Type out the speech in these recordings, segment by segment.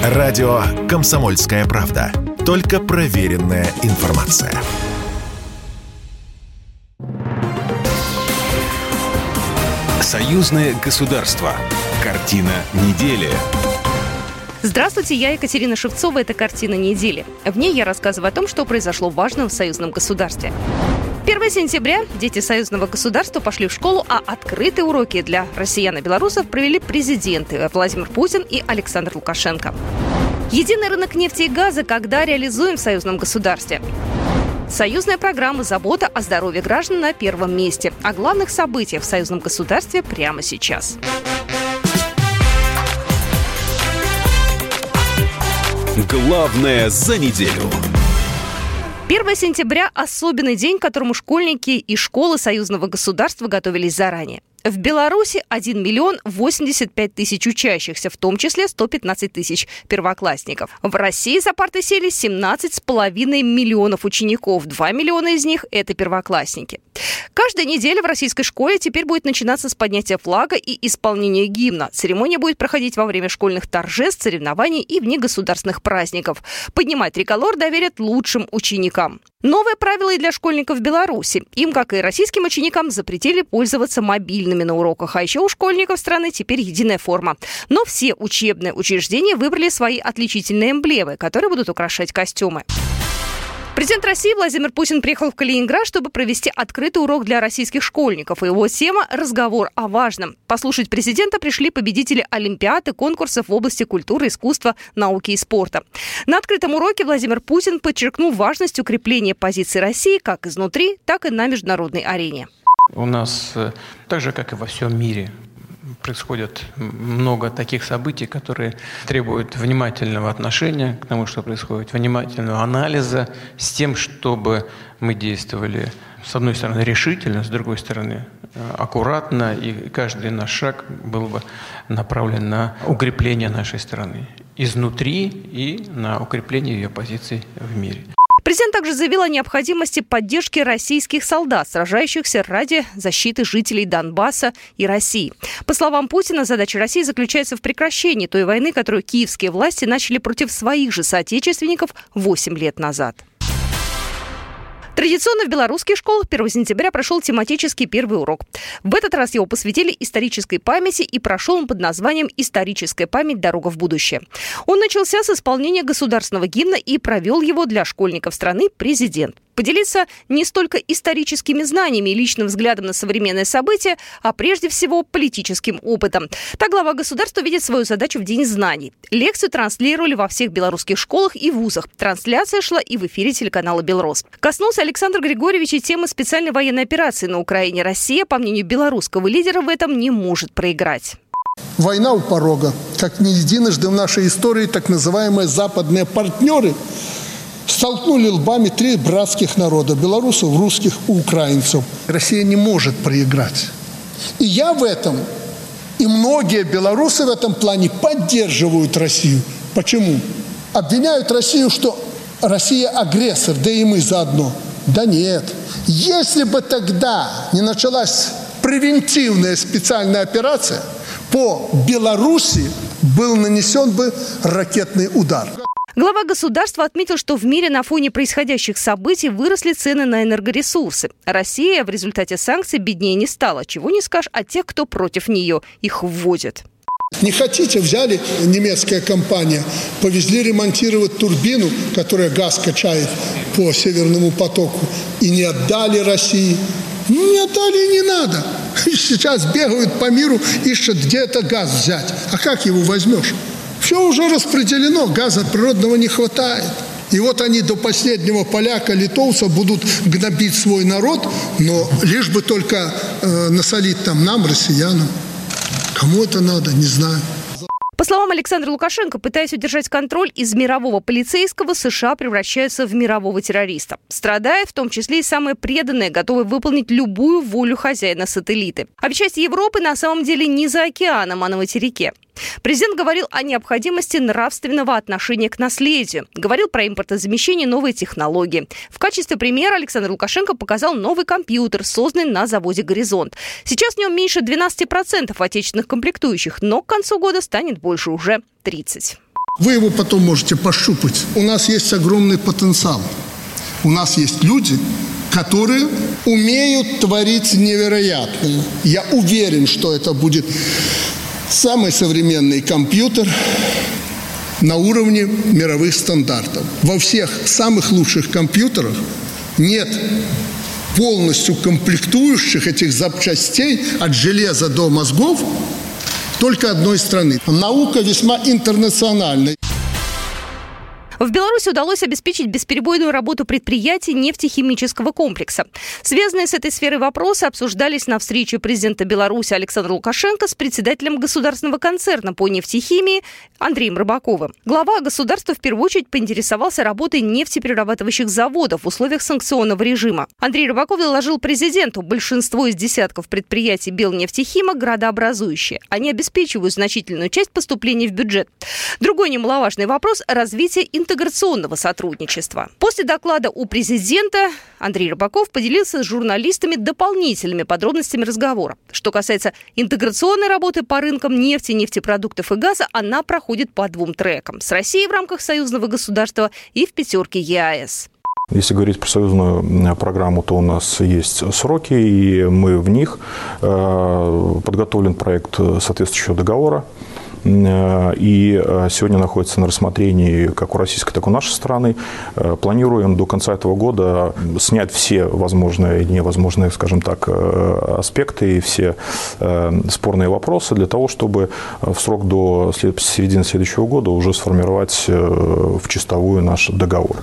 Радио «Комсомольская правда». Только проверенная информация. Союзное государство. Картина недели. Здравствуйте, я Екатерина Шевцова. Это «Картина недели». В ней я рассказываю о том, что произошло важного в союзном государстве. 1 сентября дети союзного государства пошли в школу, а открытые уроки для россиян и белорусов провели президенты Владимир Путин и Александр Лукашенко. Единый рынок нефти и газа когда реализуем в союзном государстве? Союзная программа «Забота о здоровье граждан» на первом месте. О главных событиях в союзном государстве прямо сейчас. Главное за неделю. 1 сентября – особенный день, к которому школьники и школы союзного государства готовились заранее. В Беларуси 1 миллион 85 тысяч учащихся, в том числе 115 тысяч первоклассников. В России за парты сели 17,5 миллионов учеников. 2 миллиона из них – это первоклассники. Каждая неделя в российской школе теперь будет начинаться с поднятия флага и исполнения гимна. Церемония будет проходить во время школьных торжеств, соревнований и внегосударственных праздников. Поднимать триколор доверят лучшим ученикам. Новые правила и для школьников Беларуси. Им, как и российским ученикам, запретили пользоваться мобильными на уроках. А еще у школьников страны теперь единая форма. Но все учебные учреждения выбрали свои отличительные эмблемы, которые будут украшать костюмы. Президент России Владимир Путин приехал в Калининград, чтобы провести открытый урок для российских школьников. И его тема – разговор о важном. Послушать президента пришли победители олимпиад и конкурсов в области культуры, искусства, науки и спорта. На открытом уроке Владимир Путин подчеркнул важность укрепления позиций России как изнутри, так и на международной арене. У нас, так же, как и во всем мире, происходит много таких событий, которые требуют внимательного отношения к тому, что происходит, внимательного анализа, с тем, чтобы мы действовали, с одной стороны, решительно, с другой стороны, аккуратно, и каждый наш шаг был бы направлен на укрепление нашей страны изнутри и на укрепление ее позиций в мире. Президент также заявил о необходимости поддержки российских солдат, сражающихся ради защиты жителей Донбасса и России. По словам Путина, задача России заключается в прекращении той войны, которую киевские власти начали против своих же соотечественников 8 лет назад. Традиционно в белорусских школах 1 сентября прошел тематический первый урок. В этот раз его посвятили исторической памяти, и прошел он под названием «Историческая память. Дорога в будущее». Он начался с исполнения государственного гимна и провел его для школьников страны президент. Поделиться не столько историческими знаниями и личным взглядом на современные события, а прежде всего политическим опытом. Так глава государства видит свою задачу в День знаний. Лекцию транслировали во всех белорусских школах и вузах. Трансляция шла и в эфире телеканала «Белрос». Коснулся Александр Григорьевич и темы специальной военной операции на Украине. Россия, по мнению белорусского лидера, в этом не может проиграть. Война у порога. Как не единожды в нашей истории так называемые западные партнеры столкнули лбами 3 братских народа – белорусов, русских и украинцев. Россия не может проиграть. И я в этом, и многие белорусы в этом плане поддерживают Россию. Почему? Обвиняют Россию, что Россия агрессор, да и мы заодно. Да нет. Если бы тогда не началась превентивная специальная операция, по Беларуси был нанесен бы ракетный удар. Глава государства отметил, что в мире на фоне происходящих событий выросли цены на энергоресурсы. Россия в результате санкций беднее не стала. Чего не скажешь о тех, кто против нее их вводит. Не хотите, взяли немецкая компания, повезли ремонтировать турбину, которая газ качает по Северному потоку, и не отдали России. Не отдали и не надо. Сейчас бегают по миру, ищут, где это газ взять. А как его возьмешь? Все уже распределено, газа природного не хватает. И вот они до последнего поляка, литовца будут гнобить свой народ, но лишь бы только насолить там нам, россиянам. Кому это надо, не знаю. По словам Александра Лукашенко, пытаясь удержать контроль, из мирового полицейского США превращаются в мирового террориста. Страдают в том числе и самые преданные, готовые выполнить любую волю хозяина сателлиты. А ведь часть Европы на самом деле не за океаном, а на материке. Президент говорил о необходимости нравственного отношения к наследию. Говорил про импортозамещение, новые технологии. В качестве примера Александр Лукашенко показал новый компьютер, созданный на заводе «Горизонт». Сейчас в нем меньше 12% отечественных комплектующих, но к концу года станет больше уже 30%. Вы его потом можете пощупать. У нас есть огромный потенциал. У нас есть люди, которые умеют творить невероятное. Я уверен, что это будет самый современный компьютер на уровне мировых стандартов. Во всех самых лучших компьютерах нет полностью комплектующих этих запчастей от железа до мозгов только одной страны. Наука весьма интернациональная. В Беларуси удалось обеспечить бесперебойную работу предприятий нефтехимического комплекса. Связанные с этой сферой вопросы обсуждались на встрече президента Беларуси Александра Лукашенко с председателем государственного концерна по нефтехимии Андреем Рыбаковым. Глава государства в первую очередь поинтересовался работой нефтеперерабатывающих заводов в условиях санкционного режима. Андрей Рыбаков доложил президенту, большинство из десятков предприятий Белнефтехима градообразующие. Они обеспечивают значительную часть поступлений в бюджет. Другой немаловажный вопрос – развитие интеграционного сотрудничества. После доклада у президента Андрей Рыбаков поделился с журналистами дополнительными подробностями разговора. Что касается интеграционной работы по рынкам нефти, нефтепродуктов и газа, она проходит по 2 трекам. С Россией в рамках союзного государства и в пятерке ЕАЭС. Если говорить про союзную программу, то у нас есть сроки, и мы в них. Подготовлен проект соответствующего договора. И сегодня находится на рассмотрении как у российской, так и у нашей страны. Планируем до конца этого года снять все возможные и невозможные, скажем так, аспекты и все спорные вопросы для того, чтобы в срок до середины следующего года уже сформировать в чистовую наш договор.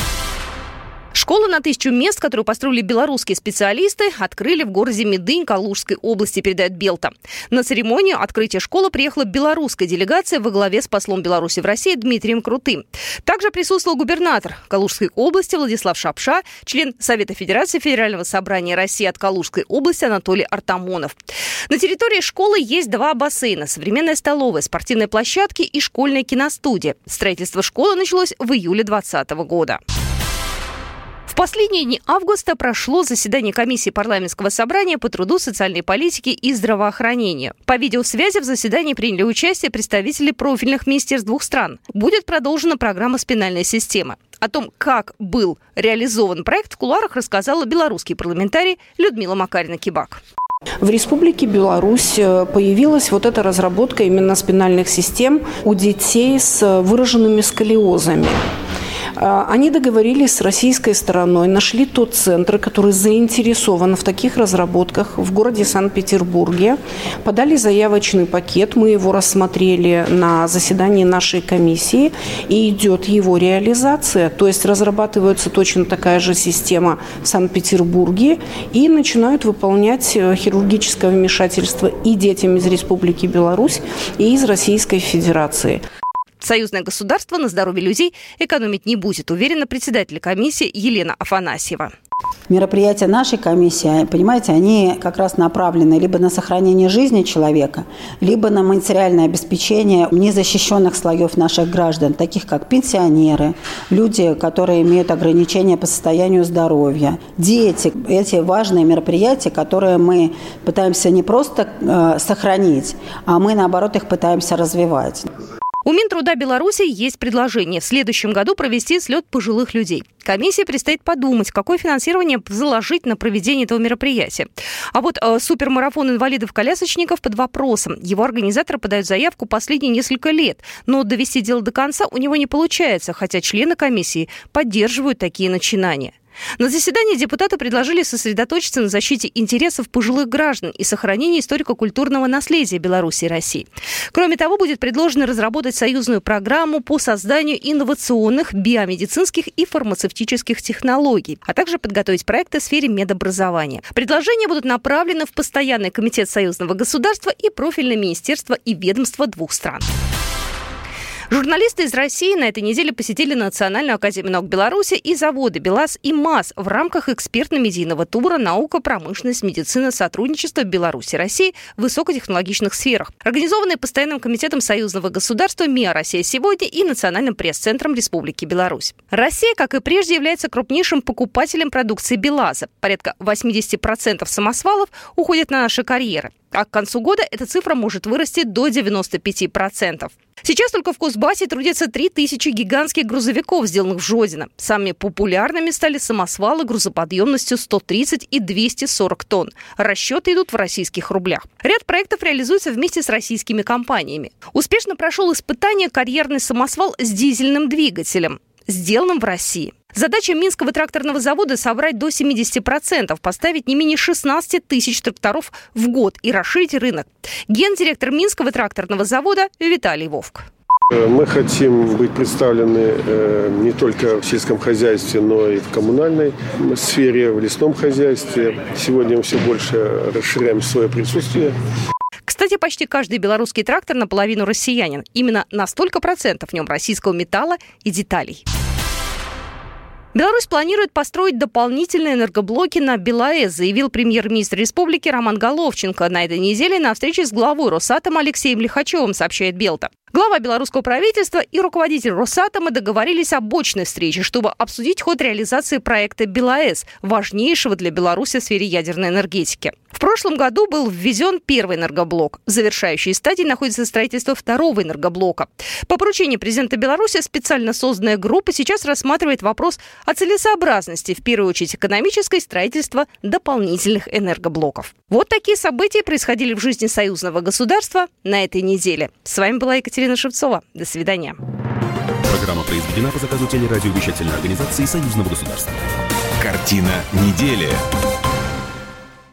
Школа на 1000 мест, которую построили белорусские специалисты, открыли в городе Медынь Калужской области, передает Белта. На церемонию открытия школы приехала белорусская делегация во главе с послом Беларуси в России Дмитрием Крутым. Также присутствовал губернатор Калужской области Владислав Шапша, член Совета Федерации Федерального собрания России от Калужской области Анатолий Артамонов. На территории школы есть 2 бассейна, современная столовая, спортивные площадки и школьная киностудия. Строительство школы началось в июле 2020 года. В последние дни августа прошло заседание комиссии парламентского собрания по труду, социальной политике и здравоохранению. По видеосвязи в заседании приняли участие представители профильных министерств 2 стран. Будет продолжена программа «Спинальная система». О том, как был реализован проект, в кулуарах рассказала белорусский парламентарий Людмила Макарина-Кибак. В Республике Беларусь появилась вот эта разработка именно спинальных систем у детей с выраженными сколиозами. Они договорились с российской стороной, нашли тот центр, который заинтересован в таких разработках в городе Санкт-Петербурге. Подали заявочный пакет, мы его рассмотрели на заседании нашей комиссии, и идет его реализация. То есть разрабатывается точно такая же система в Санкт-Петербурге и начинают выполнять хирургическое вмешательство и детям из Республики Беларусь, и из Российской Федерации. Союзное государство на здоровье людей экономить не будет, уверена председатель комиссии Елена Афанасьева. Мероприятия нашей комиссии, понимаете, они как раз направлены либо на сохранение жизни человека, либо на материальное обеспечение незащищенных слоев наших граждан, таких как пенсионеры, люди, которые имеют ограничения по состоянию здоровья, дети. Эти важные мероприятия, которые мы пытаемся не просто сохранить, а мы, наоборот, их пытаемся развивать. У Минтруда Беларуси есть предложение в следующем году провести слет пожилых людей. Комиссии предстоит подумать, какое финансирование заложить на проведение этого мероприятия. А вот супермарафон инвалидов-колясочников под вопросом. Его организаторы подают заявку последние несколько лет, но довести дело до конца у него не получается, хотя члены комиссии поддерживают такие начинания. На заседании депутаты предложили сосредоточиться на защите интересов пожилых граждан и сохранении историко-культурного наследия Беларуси и России. Кроме того, будет предложено разработать союзную программу по созданию инновационных биомедицинских и фармацевтических технологий, а также подготовить проекты в сфере медобразования. Предложения будут направлены в Постоянный комитет союзного государства и профильное министерство и ведомства 2 стран. Журналисты из России на этой неделе посетили Национальную академию наук Беларуси и заводы БелАЗ и МАЗ в рамках экспертно-медийного тура «Наука, промышленность, медицина, сотрудничество Беларуси и России в высокотехнологичных сферах», организованные Постоянным комитетом союзного государства МИА «Россия сегодня» и Национальным пресс-центром Республики Беларусь. Россия, как и прежде, является крупнейшим покупателем продукции БелАЗа. Порядка 80% самосвалов уходят на наши карьеры. А к концу года эта цифра может вырасти до 95%. Сейчас только в Кузбассе трудятся 3000 гигантских грузовиков, сделанных в Жодино. Самыми популярными стали самосвалы грузоподъемностью 130 и 240 тонн. Расчеты идут в российских рублях. Ряд проектов реализуется вместе с российскими компаниями. Успешно прошел испытание карьерный самосвал с дизельным двигателем, сделанным в России. Задача Минского тракторного завода – собрать до 70%, поставить не менее 16 тысяч тракторов в год и расширить рынок. Гендиректор Минского тракторного завода Виталий Вовк. Мы хотим быть представлены не только в сельском хозяйстве, но и в коммунальной сфере, в лесном хозяйстве. Сегодня мы все больше расширяем свое присутствие. Кстати, почти каждый белорусский трактор наполовину россиянин. Именно на столько процентов в нем российского металла и деталей. Беларусь планирует построить дополнительные энергоблоки на БелАЭС, заявил премьер-министр республики Роман Головченко на этой неделе на встрече с главой Росатома Алексеем Лихачевым, сообщает Белта. Глава белорусского правительства и руководитель Росатома договорились об очной встрече, чтобы обсудить ход реализации проекта БелАЭС, важнейшего для Беларуси в сфере ядерной энергетики. В прошлом году был введен первый энергоблок. В завершающей стадии находится строительство второго энергоблока. По поручению президента Беларуси специально созданная группа сейчас рассматривает вопрос о целесообразности, в первую очередь экономической, строительства дополнительных энергоблоков. Вот такие события происходили в жизни союзного государства на этой неделе. С вами была Екатерина Шевцова. До свидания. Программа произведена по заказу телерадиовещательной организации Союзного государства. Картина недели.